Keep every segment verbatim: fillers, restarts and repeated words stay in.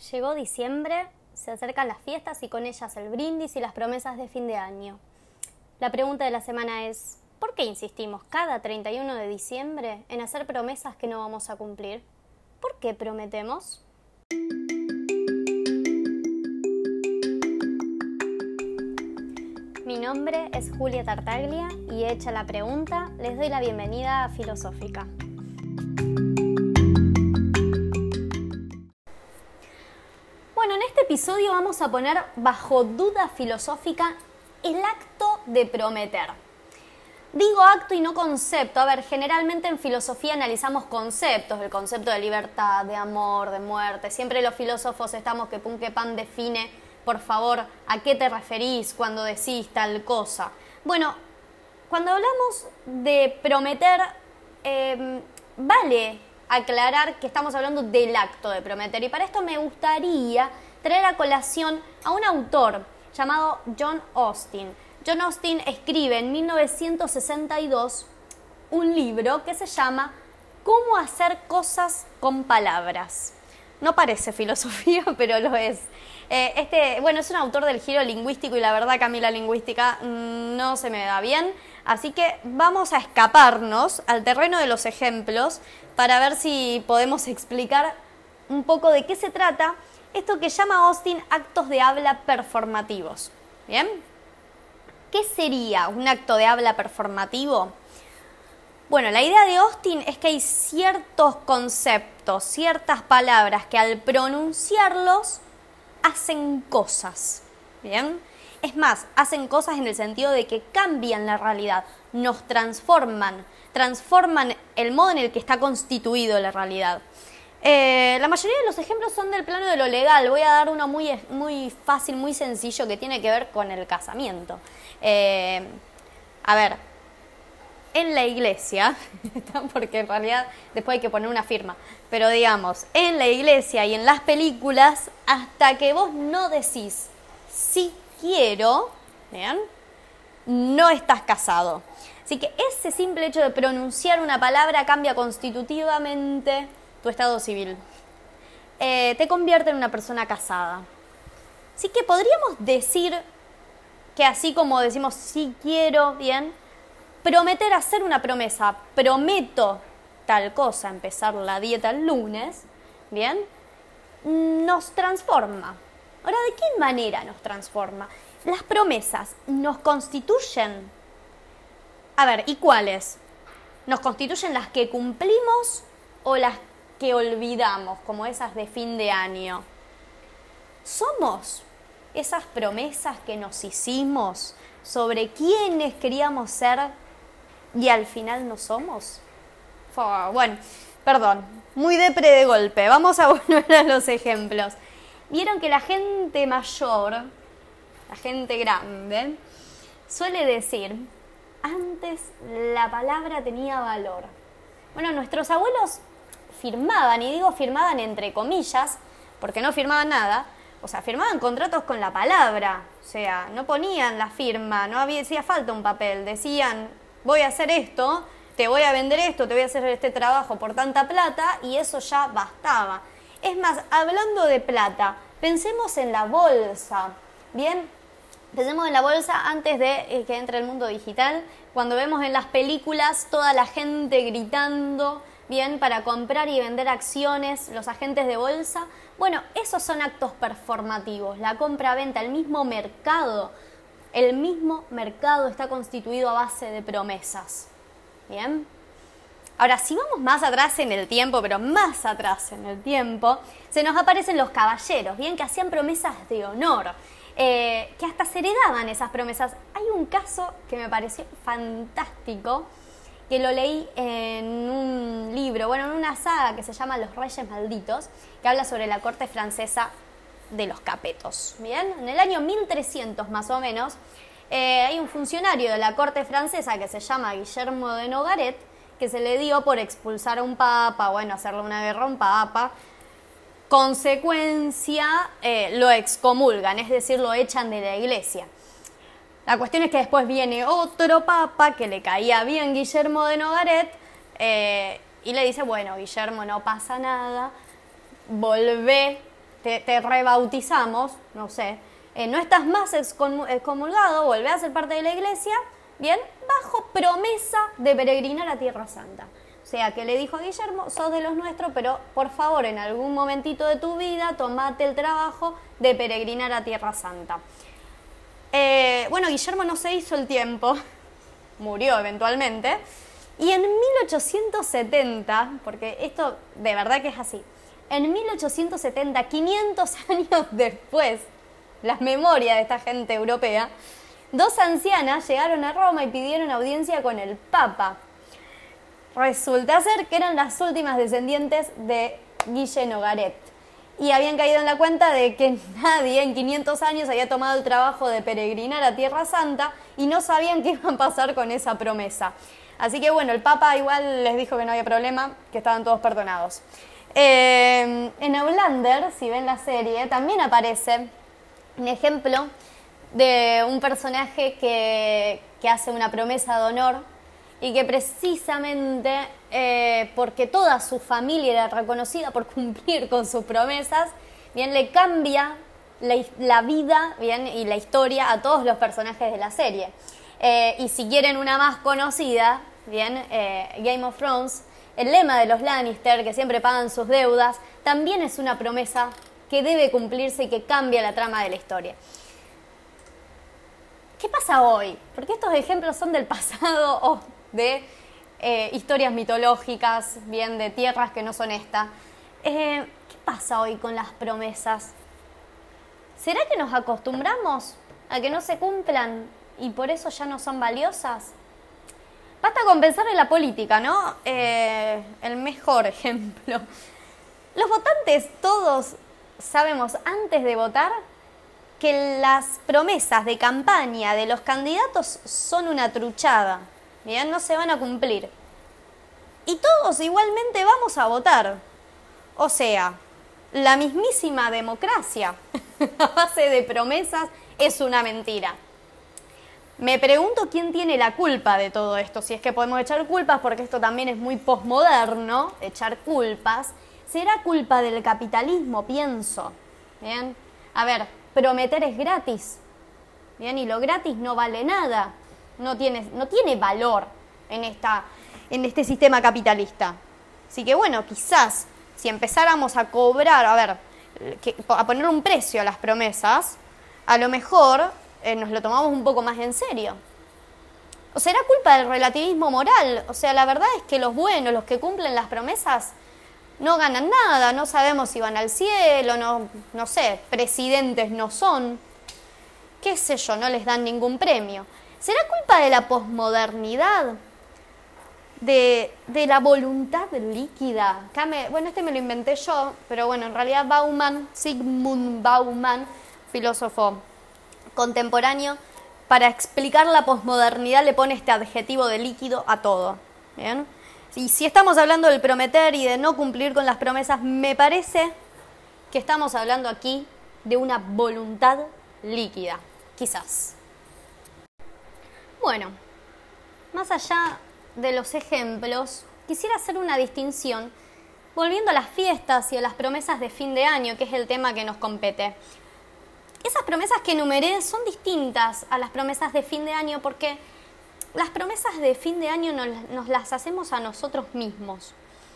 Llegó diciembre, se acercan las fiestas y con ellas el brindis y las promesas de fin de año. La pregunta de la semana es, ¿por qué insistimos cada treinta y uno de diciembre en hacer promesas que no vamos a cumplir? ¿Por qué prometemos? Mi nombre es Julia Tartaglia y hecha la pregunta, les doy la bienvenida a Filosófica. Bueno, en este episodio vamos a poner bajo duda filosófica el acto de prometer. Digo acto y no concepto. A ver, generalmente en filosofía analizamos conceptos, el concepto de libertad, de amor, de muerte. Siempre los filósofos estamos que pum que pan define, por favor, a qué te referís cuando decís tal cosa. Bueno, cuando hablamos de prometer, eh, vale aclarar que estamos hablando del acto de prometer. Y para esto me gustaría traer a colación a un autor llamado John Austin. John Austin escribe en mil novecientos sesenta y dos un libro que se llama Cómo hacer cosas con palabras. No parece filosofía, pero lo es. Eh, este, bueno, es un autor del giro lingüístico y la verdad que a mí la lingüística mmm, no se me da bien. Así que vamos a escaparnos al terreno de los ejemplos para ver si podemos explicar un poco de qué se trata esto que llama Austin actos de habla performativos. ¿Bien? ¿Qué sería un acto de habla performativo? Bueno, la idea de Austin es que hay ciertos conceptos, ciertas palabras que al pronunciarlos hacen cosas. ¿Bien? Es más, hacen cosas en el sentido de que cambian la realidad, nos transforman, transforman el modo en el que está constituido la realidad. Eh, la mayoría de los ejemplos son del plano de lo legal. Voy a dar uno muy, muy fácil, muy sencillo, que tiene que ver con el casamiento. Eh, a ver, en la iglesia, porque en realidad después hay que poner una firma, pero digamos, en la iglesia y en las películas, hasta que vos no decís sí quiero, ¿vean? No estás casado. Así que ese simple hecho de pronunciar una palabra cambia constitutivamente tu estado civil. Eh, te convierte en una persona casada. Así que podríamos decir que así como decimos sí quiero, bien, prometer hacer una promesa, prometo tal cosa, empezar la dieta el lunes, bien, nos transforma. Ahora, ¿de qué manera nos transforma? Las promesas nos constituyen. A ver, ¿y cuáles? ¿Nos constituyen las que cumplimos o las que olvidamos, como esas de fin de año? ¿Somos esas promesas que nos hicimos sobre quiénes queríamos ser y al final no somos? Oh, bueno, perdón, muy depre de golpe. Vamos a volver a los ejemplos. Vieron que la gente mayor, la gente grande, suele decir, antes la palabra tenía valor. Bueno, nuestros abuelos firmaban, y digo firmaban entre comillas, porque no firmaban nada, o sea, firmaban contratos con la palabra, o sea, no ponían la firma, no había, hacía falta un papel, decían, voy a hacer esto, te voy a vender esto, te voy a hacer este trabajo por tanta plata, y eso ya bastaba. Es más, hablando de plata, pensemos en la bolsa, ¿bien? Pensemos en la bolsa antes de que entre el mundo digital, cuando vemos en las películas toda la gente gritando, bien, para comprar y vender acciones, los agentes de bolsa. Bueno, esos son actos performativos, la compra-venta, el mismo mercado, el mismo mercado está constituido a base de promesas, ¿bien? Ahora, si vamos más atrás en el tiempo, pero más atrás en el tiempo, se nos aparecen los caballeros, ¿bien? Que hacían promesas de honor, eh, que hasta se heredaban esas promesas. Hay un caso que me pareció fantástico, que lo leí en un libro, bueno, en una saga que se llama Los Reyes Malditos, que habla sobre la corte francesa de los Capetos, ¿bien? En el año mil trescientos más o menos, eh, hay un funcionario de la corte francesa que se llama Guillermo de Nogaret, que se le dio por expulsar a un papa, bueno, hacerle una guerra a un papa. Consecuencia, eh, lo excomulgan, es decir, lo echan de la iglesia. La cuestión es que después viene otro papa que le caía bien Guillermo de Nogaret eh, y le dice, bueno, Guillermo, no pasa nada, volvé te, te rebautizamos, no sé, eh, no estás más excomulgado, volvés a ser parte de la iglesia, bien, bajo promesa de peregrinar a Tierra Santa. O sea, que le dijo a Guillermo, sos de los nuestros, pero por favor, en algún momentito de tu vida, tomate el trabajo de peregrinar a Tierra Santa. Eh, bueno, Guillermo no se hizo el tiempo, murió eventualmente, y en mil ochocientos setenta, porque esto de verdad que es así, en mil ochocientos setenta, quinientos años después, las memorias de esta gente europea, dos ancianas llegaron a Roma y pidieron audiencia con el Papa. Resulta ser que eran las últimas descendientes de Guille Nogaret y habían caído en la cuenta de que nadie en quinientos años había tomado el trabajo de peregrinar a Tierra Santa y no sabían qué iba a pasar con esa promesa. Así que bueno, el Papa igual les dijo que no había problema, que estaban todos perdonados. Eh, en Outlander, si ven la serie, también aparece un ejemplo de un personaje que, que hace una promesa de honor y que precisamente eh, porque toda su familia era reconocida por cumplir con sus promesas, bien, le cambia la, la vida, bien, y la historia a todos los personajes de la serie. Eh, y si quieren una más conocida, bien, eh, Game of Thrones, el lema de los Lannister, que siempre pagan sus deudas, también es una promesa que debe cumplirse y que cambia la trama de la historia. ¿Qué pasa hoy? Porque estos ejemplos son del pasado o de eh, historias mitológicas, bien, de tierras que no son esta. Eh, ¿Qué pasa hoy con las promesas? ¿Será que nos acostumbramos a que no se cumplan y por eso ya no son valiosas? Basta con pensar en la política, ¿no? Eh, el mejor ejemplo. Los votantes todos sabemos antes de votar que las promesas de campaña de los candidatos son una truchada, bien, no se van a cumplir. Y todos igualmente vamos a votar. O sea, la mismísima democracia a base de promesas es una mentira. Me pregunto quién tiene la culpa de todo esto, si es que podemos echar culpas, porque esto también es muy posmoderno, echar culpas. ¿Será culpa del capitalismo? Pienso. Bien, a ver, prometer es gratis, bien, y lo gratis no vale nada, no tiene, no tiene valor en, esta, en este sistema capitalista. Así que bueno, quizás si empezáramos a cobrar, a ver, que, a poner un precio a las promesas, a lo mejor eh, nos lo tomamos un poco más en serio. ¿O será culpa del relativismo moral? O sea, la verdad es que los buenos, los que cumplen las promesas, no ganan nada, no sabemos si van al cielo, no, no sé, presidentes no son, qué sé yo, no les dan ningún premio. ¿Será culpa de la posmodernidad? De, de la voluntad líquida. Acá me, bueno, este me lo inventé yo, pero bueno, en realidad Bauman, Zygmunt Bauman, filósofo contemporáneo, para explicar la posmodernidad le pone este adjetivo de líquido a todo. ¿Bien? Y si estamos hablando del prometer y de no cumplir con las promesas, me parece que estamos hablando aquí de una voluntad líquida, quizás. Bueno, más allá de los ejemplos, quisiera hacer una distinción, volviendo a las fiestas y a las promesas de fin de año, que es el tema que nos compete. Esas promesas que enumeré son distintas a las promesas de fin de año porque las promesas de fin de año nos, nos las hacemos a nosotros mismos.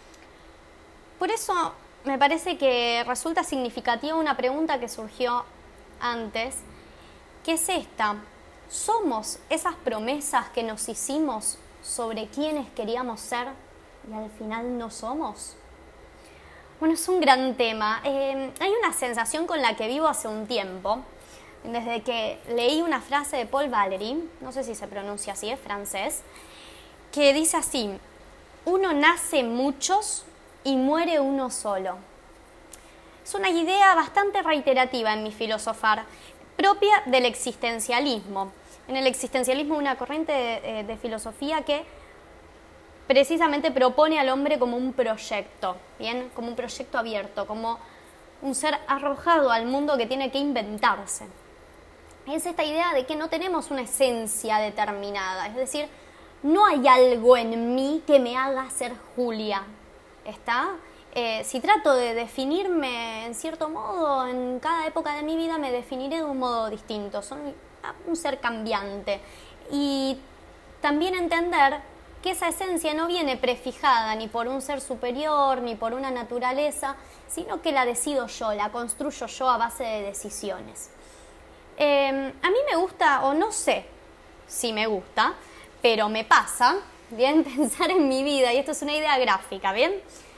Por eso me parece que resulta significativa una pregunta que surgió antes, que es esta: ¿somos esas promesas que nos hicimos sobre quiénes queríamos ser y al final no somos? Bueno, es un gran tema. Eh, hay una sensación con la que vivo hace un tiempo, desde que leí una frase de Paul Valéry, no sé si se pronuncia así, es francés, que dice así: uno nace muchos y muere uno solo. Es una idea bastante reiterativa en mi filosofar, propia del existencialismo. En el existencialismo, una corriente de, de filosofía que precisamente propone al hombre como un proyecto, ¿bien? Como un proyecto abierto, como un ser arrojado al mundo que tiene que inventarse. Es esta idea de que no tenemos una esencia determinada, es decir, no hay algo en mí que me haga ser Julia, ¿está? Eh, si trato de definirme en cierto modo, en cada época de mi vida me definiré de un modo distinto. Soy un ser cambiante. Y también entender que esa esencia no viene prefijada ni por un ser superior, ni por una naturaleza, sino que la decido yo, la construyo yo a base de decisiones. Eh, a mí me gusta, o no sé si me gusta, pero me pasa, bien, pensar en mi vida, y esto es una idea gráfica, bien.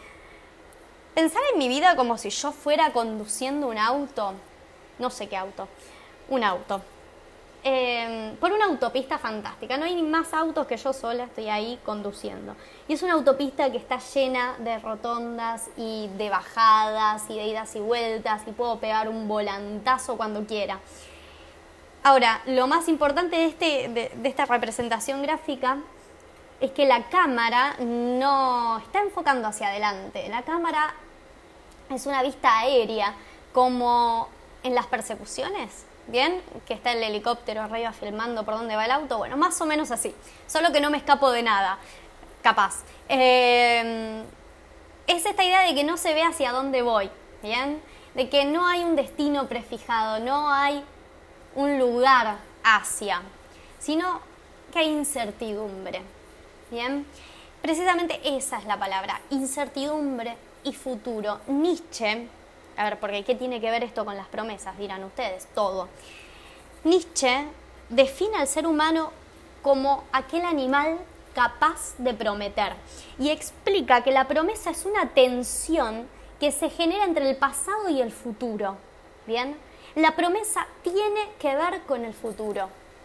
Pensar en mi vida como si yo fuera conduciendo un auto, no sé qué auto, un auto, eh, por una autopista fantástica. No hay más autos que yo sola, estoy ahí conduciendo. Y es una autopista que está llena de rotondas y de bajadas y de idas y vueltas, y puedo pegar un volantazo cuando quiera. Ahora, lo más importante de, este, de, de esta representación gráfica es que la cámara no está enfocando hacia adelante. La cámara es una vista aérea, como en las persecuciones, ¿bien? Que está el helicóptero arriba filmando por dónde va el auto. Bueno, más o menos así, solo que no me escapo de nada, capaz. Eh, es esta idea de que no se ve hacia dónde voy, ¿bien? De que no hay un destino prefijado, no hay un lugar hacia, sino que hay incertidumbre. Bien, precisamente esa es la palabra, incertidumbre y futuro. Nietzsche, a ver, porque ¿qué tiene que ver esto con las promesas? Dirán ustedes, todo. Nietzsche define al ser humano como aquel animal capaz de prometer y explica que la promesa es una tensión que se genera entre el pasado y el futuro. Bien, la promesa tiene que ver con el futuro.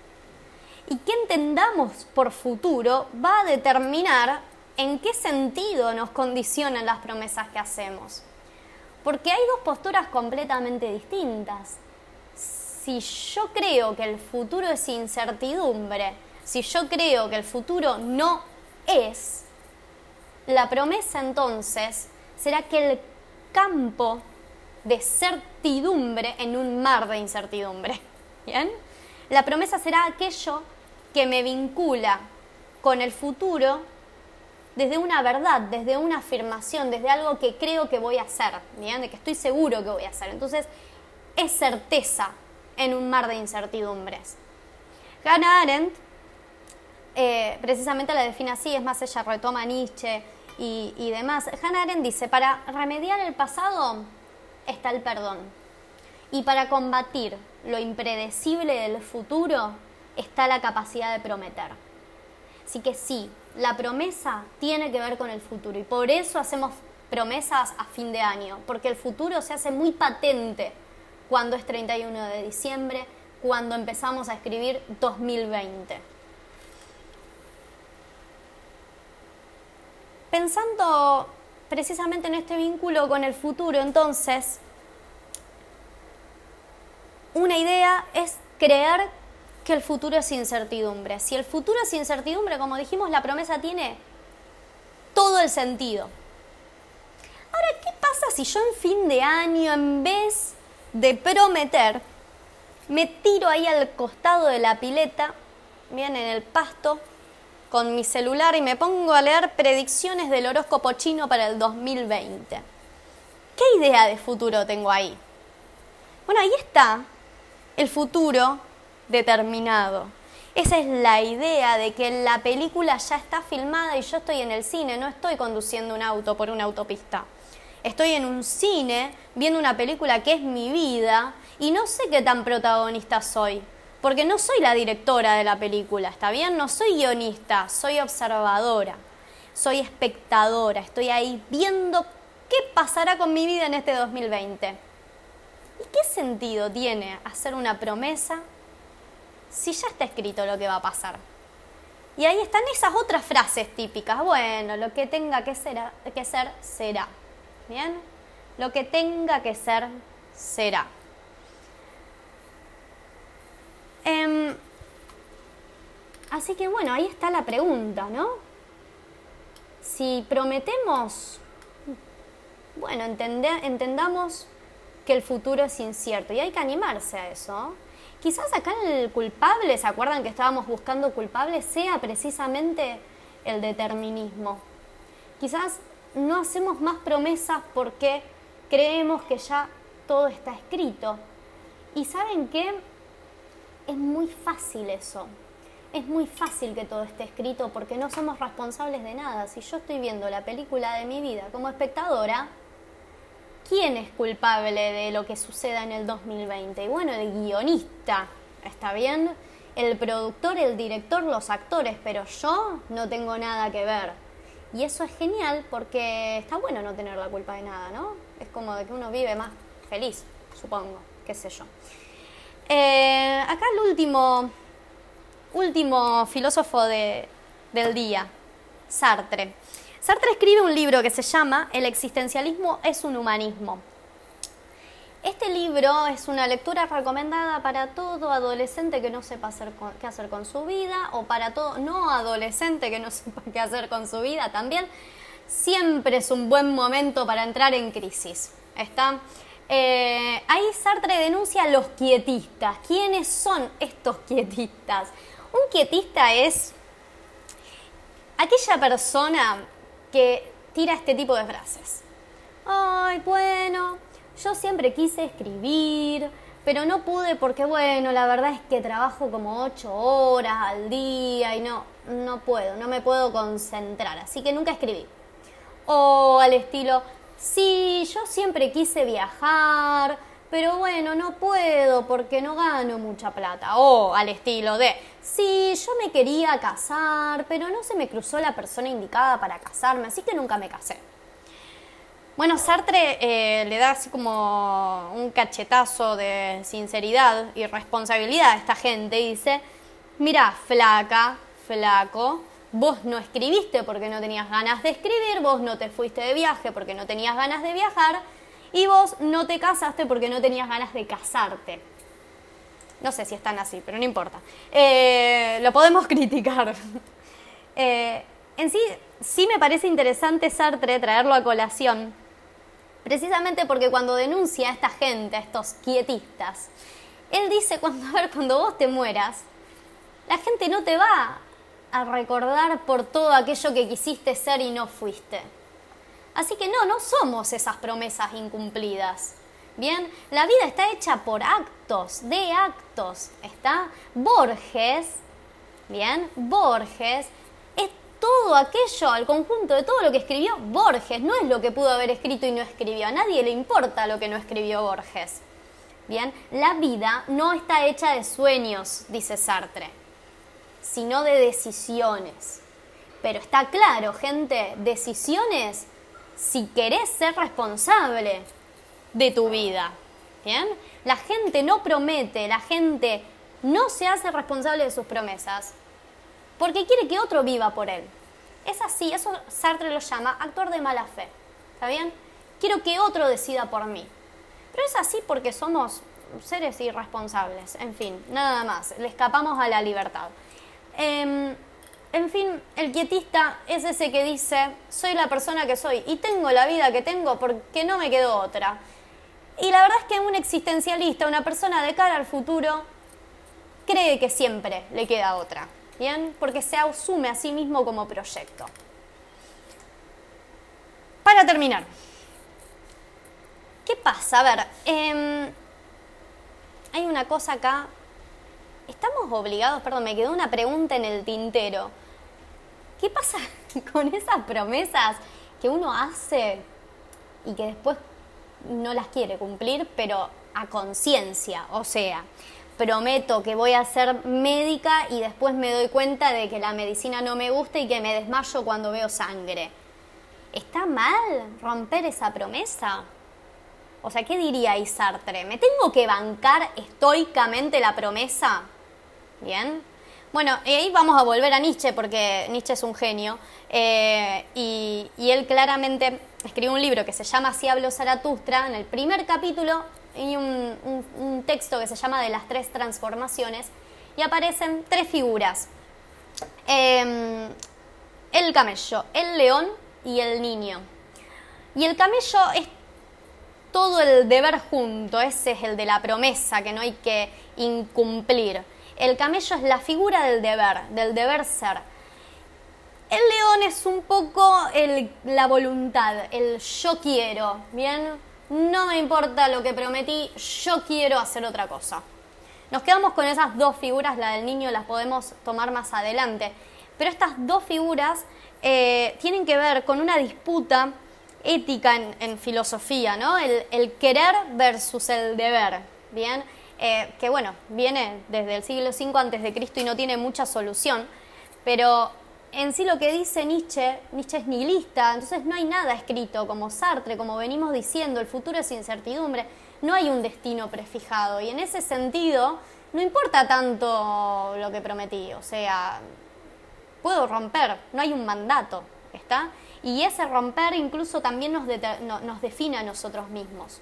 Y qué entendamos por futuro va a determinar en qué sentido nos condicionan las promesas que hacemos. Porque hay dos posturas completamente distintas. Si yo creo que el futuro es incertidumbre, si yo creo que el futuro no es, la promesa entonces será que el campo de certidumbre en un mar de incertidumbre. ¿Bien? La promesa será aquello que me vincula con el futuro desde una verdad, desde una afirmación, desde algo que creo que voy a hacer, ¿bien? De que estoy seguro que voy a hacer. Entonces, es certeza en un mar de incertidumbres. Hannah Arendt eh, precisamente la define así, es más, ella retoma a Nietzsche y, y demás. Hannah Arendt dice, para remediar el pasado está el perdón. Y para combatir lo impredecible del futuro está la capacidad de prometer. Así que sí, la promesa tiene que ver con el futuro y por eso hacemos promesas a fin de año, porque el futuro se hace muy patente cuando es treinta y uno de diciembre, cuando empezamos a escribir dos mil veinte. Pensando precisamente en este vínculo con el futuro, entonces, una idea es creer que el futuro es incertidumbre. Si el futuro es incertidumbre, como dijimos, la promesa tiene todo el sentido. Ahora, ¿qué pasa si yo en fin de año, en vez de prometer, me tiro ahí al costado de la pileta, bien, en el pasto, con mi celular y me pongo a leer predicciones del horóscopo chino para el dos mil veinte? ¿Qué idea de futuro tengo ahí? Bueno, ahí está el futuro determinado. Esa es la idea de que la película ya está filmada y yo estoy en el cine, no estoy conduciendo un auto por una autopista. Estoy en un cine viendo una película que es mi vida y no sé qué tan protagonista soy, porque no soy la directora de la película, ¿está bien? No soy guionista, soy observadora, soy espectadora, estoy ahí viendo qué pasará con mi vida en este dos mil veinte. ¿Y qué sentido tiene hacer una promesa si ya está escrito lo que va a pasar? Y ahí están esas otras frases típicas. Bueno, lo que tenga que ser, que ser será. ¿Bien? Lo que tenga que ser, será. Eh, así que bueno, ahí está la pregunta, ¿no? Si prometemos, bueno, entende, entendamos que el futuro es incierto y hay que animarse a eso. Quizás acá el culpable, ¿se acuerdan que estábamos buscando culpable? Sea precisamente el determinismo. Quizás no hacemos más promesas porque creemos que ya todo está escrito. ¿Y saben qué? Es muy fácil eso. Es muy fácil que todo esté escrito porque no somos responsables de nada. Si yo estoy viendo la película de mi vida como espectadora, ¿quién es culpable de lo que suceda en el dos mil veinte? Y bueno, el guionista, ¿está bien? El productor, el director, los actores, pero yo no tengo nada que ver. Y eso es genial porque está bueno no tener la culpa de nada, ¿no? Es como de que uno vive más feliz, supongo, qué sé yo. Eh, acá el último, último filósofo de, del día, Sartre. Sartre escribe un libro que se llama El existencialismo es un humanismo. Este libro es una lectura recomendada para todo adolescente que no sepa hacer con, qué hacer con su vida, o para todo no adolescente que no sepa qué hacer con su vida también. Siempre es un buen momento para entrar en crisis. ¿Está? Eh, ahí Sartre denuncia a los quietistas. ¿Quiénes son estos quietistas? Un quietista es aquella persona que tira este tipo de frases. Ay, bueno, yo siempre quise escribir, pero no pude porque, bueno, la verdad es que trabajo como ocho horas al día y no, no puedo, no me puedo concentrar, así que nunca escribí. O al estilo, sí, yo siempre quise viajar, pero bueno, no puedo porque no gano mucha plata. O al estilo de, sí, yo me quería casar, pero no se me cruzó la persona indicada para casarme, así que nunca me casé. Bueno, Sartre eh, le da así como un cachetazo de sinceridad y responsabilidad a esta gente y dice, mirá, flaca, flaco, vos no escribiste porque no tenías ganas de escribir, vos no te fuiste de viaje porque no tenías ganas de viajar y vos no te casaste porque no tenías ganas de casarte. No sé si están así, pero no importa. Eh, lo podemos criticar. eh, en sí, sí me parece interesante Sartre traerlo a colación, precisamente porque cuando denuncia a esta gente, a estos quietistas, él dice, cuando, a ver, cuando vos te mueras, la gente no te va a recordar por todo aquello que quisiste ser y no fuiste. Así que no, no somos esas promesas incumplidas. Bien, la vida está hecha por actos, de actos, ¿está? Borges, bien, Borges es todo aquello, el conjunto de todo lo que escribió Borges, no es lo que pudo haber escrito y no escribió. A nadie le importa lo que no escribió Borges. Bien, la vida no está hecha de sueños, dice Sartre, sino de decisiones. Pero está claro, gente, decisiones si querés ser responsable de tu vida. ¿Bien? La gente no promete, la gente no se hace responsable de sus promesas porque quiere que otro viva por él. Es así, eso Sartre lo llama actuar de mala fe. ¿Está bien? Quiero que otro decida por mí. Pero es así porque somos seres irresponsables. En fin, nada más. Le escapamos a la libertad. Eh, en fin, el quietista es ese que dice, soy la persona que soy y tengo la vida que tengo porque no me quedó otra. Y la verdad es que un existencialista, una persona de cara al futuro, cree que siempre le queda otra. ¿Bien? Porque se asume a sí mismo como proyecto. Para terminar, ¿qué pasa? A ver, eh, hay una cosa acá. Estamos obligados, perdón, me quedó una pregunta en el tintero. ¿Qué pasa con esas promesas que uno hace y que después no las quiere cumplir, pero a conciencia? O sea, prometo que voy a ser médica y después me doy cuenta de que la medicina no me gusta y que me desmayo cuando veo sangre. ¿Está mal romper esa promesa? O sea, ¿qué diría ahí Sartre? ¿Me tengo que bancar estoicamente la promesa? ¿Bien? Bueno, y ahí vamos a volver a Nietzsche, porque Nietzsche es un genio, eh, y, y él claramente escribió un libro que se llama Así habló Zaratustra. En el primer capítulo hay un, un, un texto que se llama De las tres transformaciones, y aparecen tres figuras. Eh, el camello, el león y el niño. Y el camello es todo el deber junto, ese es el de la promesa que no hay que incumplir. El camello es la figura del deber, del deber ser. El león es un poco el, la voluntad, el yo quiero, ¿bien? No me importa lo que prometí, yo quiero hacer otra cosa. Nos quedamos con esas dos figuras, la del niño las podemos tomar más adelante, pero estas dos figuras eh, tienen que ver con una disputa ética en, en filosofía, ¿no? El, el querer versus el deber, ¿bien? Eh, que bueno, viene desde el siglo cinco antes de Cristo y no tiene mucha solución, pero en sí lo que dice Nietzsche, Nietzsche es nihilista, entonces no hay nada escrito, como Sartre, como venimos diciendo, el futuro es incertidumbre, no hay un destino prefijado, y en ese sentido no importa tanto lo que prometí, o sea, puedo romper, no hay un mandato, ¿está? Y ese romper incluso también nos, de, no, nos define a nosotros mismos.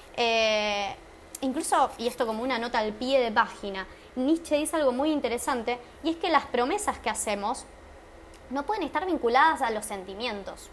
Eh, incluso, y esto como una nota al pie de página, Nietzsche dice algo muy interesante, y es que las promesas que hacemos no pueden estar vinculadas a los sentimientos.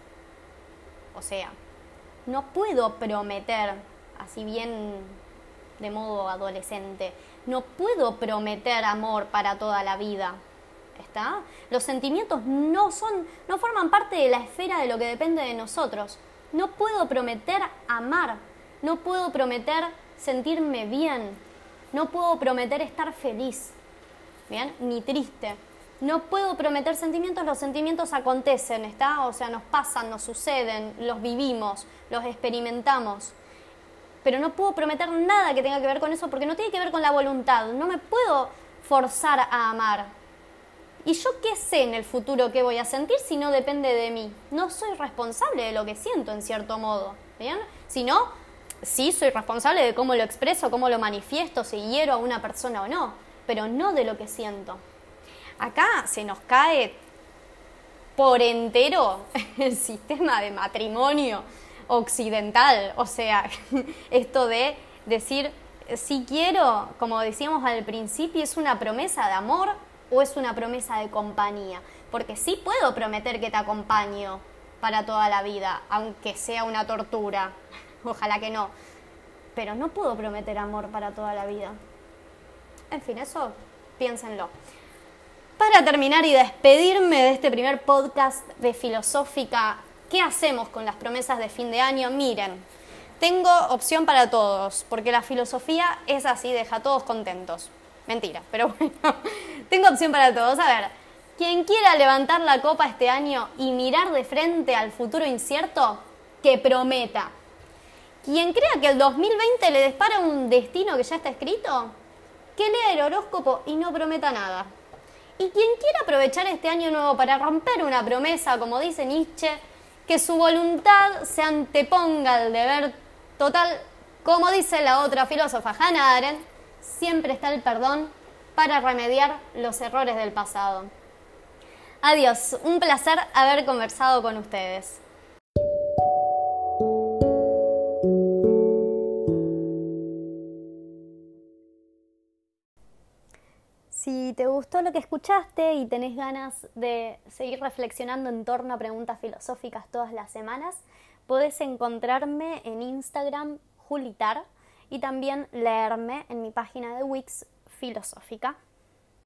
O sea, no puedo prometer, así bien de modo adolescente, no puedo prometer amor para toda la vida. ¿Está? Los sentimientos no son, no forman parte de la esfera de lo que depende de nosotros. No puedo prometer amar, no puedo prometer sentirme bien, no puedo prometer estar feliz, ¿bien? Ni triste. No puedo prometer sentimientos, los sentimientos acontecen, ¿está? O sea, nos pasan, nos suceden, los vivimos, los experimentamos. Pero no puedo prometer nada que tenga que ver con eso porque no tiene que ver con la voluntad. No me puedo forzar a amar. ¿Y yo qué sé en el futuro qué voy a sentir si no depende de mí? No soy responsable de lo que siento, en cierto modo, ¿bien? Si no, sí soy responsable de cómo lo expreso, cómo lo manifiesto, si hiero a una persona o no, pero no de lo que siento. Acá se nos cae por entero el sistema de matrimonio occidental. O sea, esto de decir, si quiero, como decíamos al principio, ¿es una promesa de amor o es una promesa de compañía? Porque sí puedo prometer que te acompaño para toda la vida, aunque sea una tortura. Ojalá que no. Pero no puedo prometer amor para toda la vida. En fin, eso piénsenlo. Para terminar y despedirme de este primer podcast de Filosófica, ¿qué hacemos con las promesas de fin de año? Miren, tengo opción para todos, porque la filosofía es así, deja a todos contentos. Mentira, pero bueno, tengo opción para todos. A ver, quien quiera levantar la copa este año y mirar de frente al futuro incierto, que prometa. Quien crea que el dos mil veinte le depara un destino que ya está escrito, que lea el horóscopo y no prometa nada. Y quien quiera aprovechar este año nuevo para romper una promesa, como dice Nietzsche, que su voluntad se anteponga al deber total, como dice la otra filósofa Hannah Arendt, siempre está el perdón para remediar los errores del pasado. Adiós, un placer haber conversado con ustedes. Si te gustó lo que escuchaste y tenés ganas de seguir reflexionando en torno a preguntas filosóficas todas las semanas, podés encontrarme en Instagram, Julitar, y también leerme en mi página de Wix Filosófica.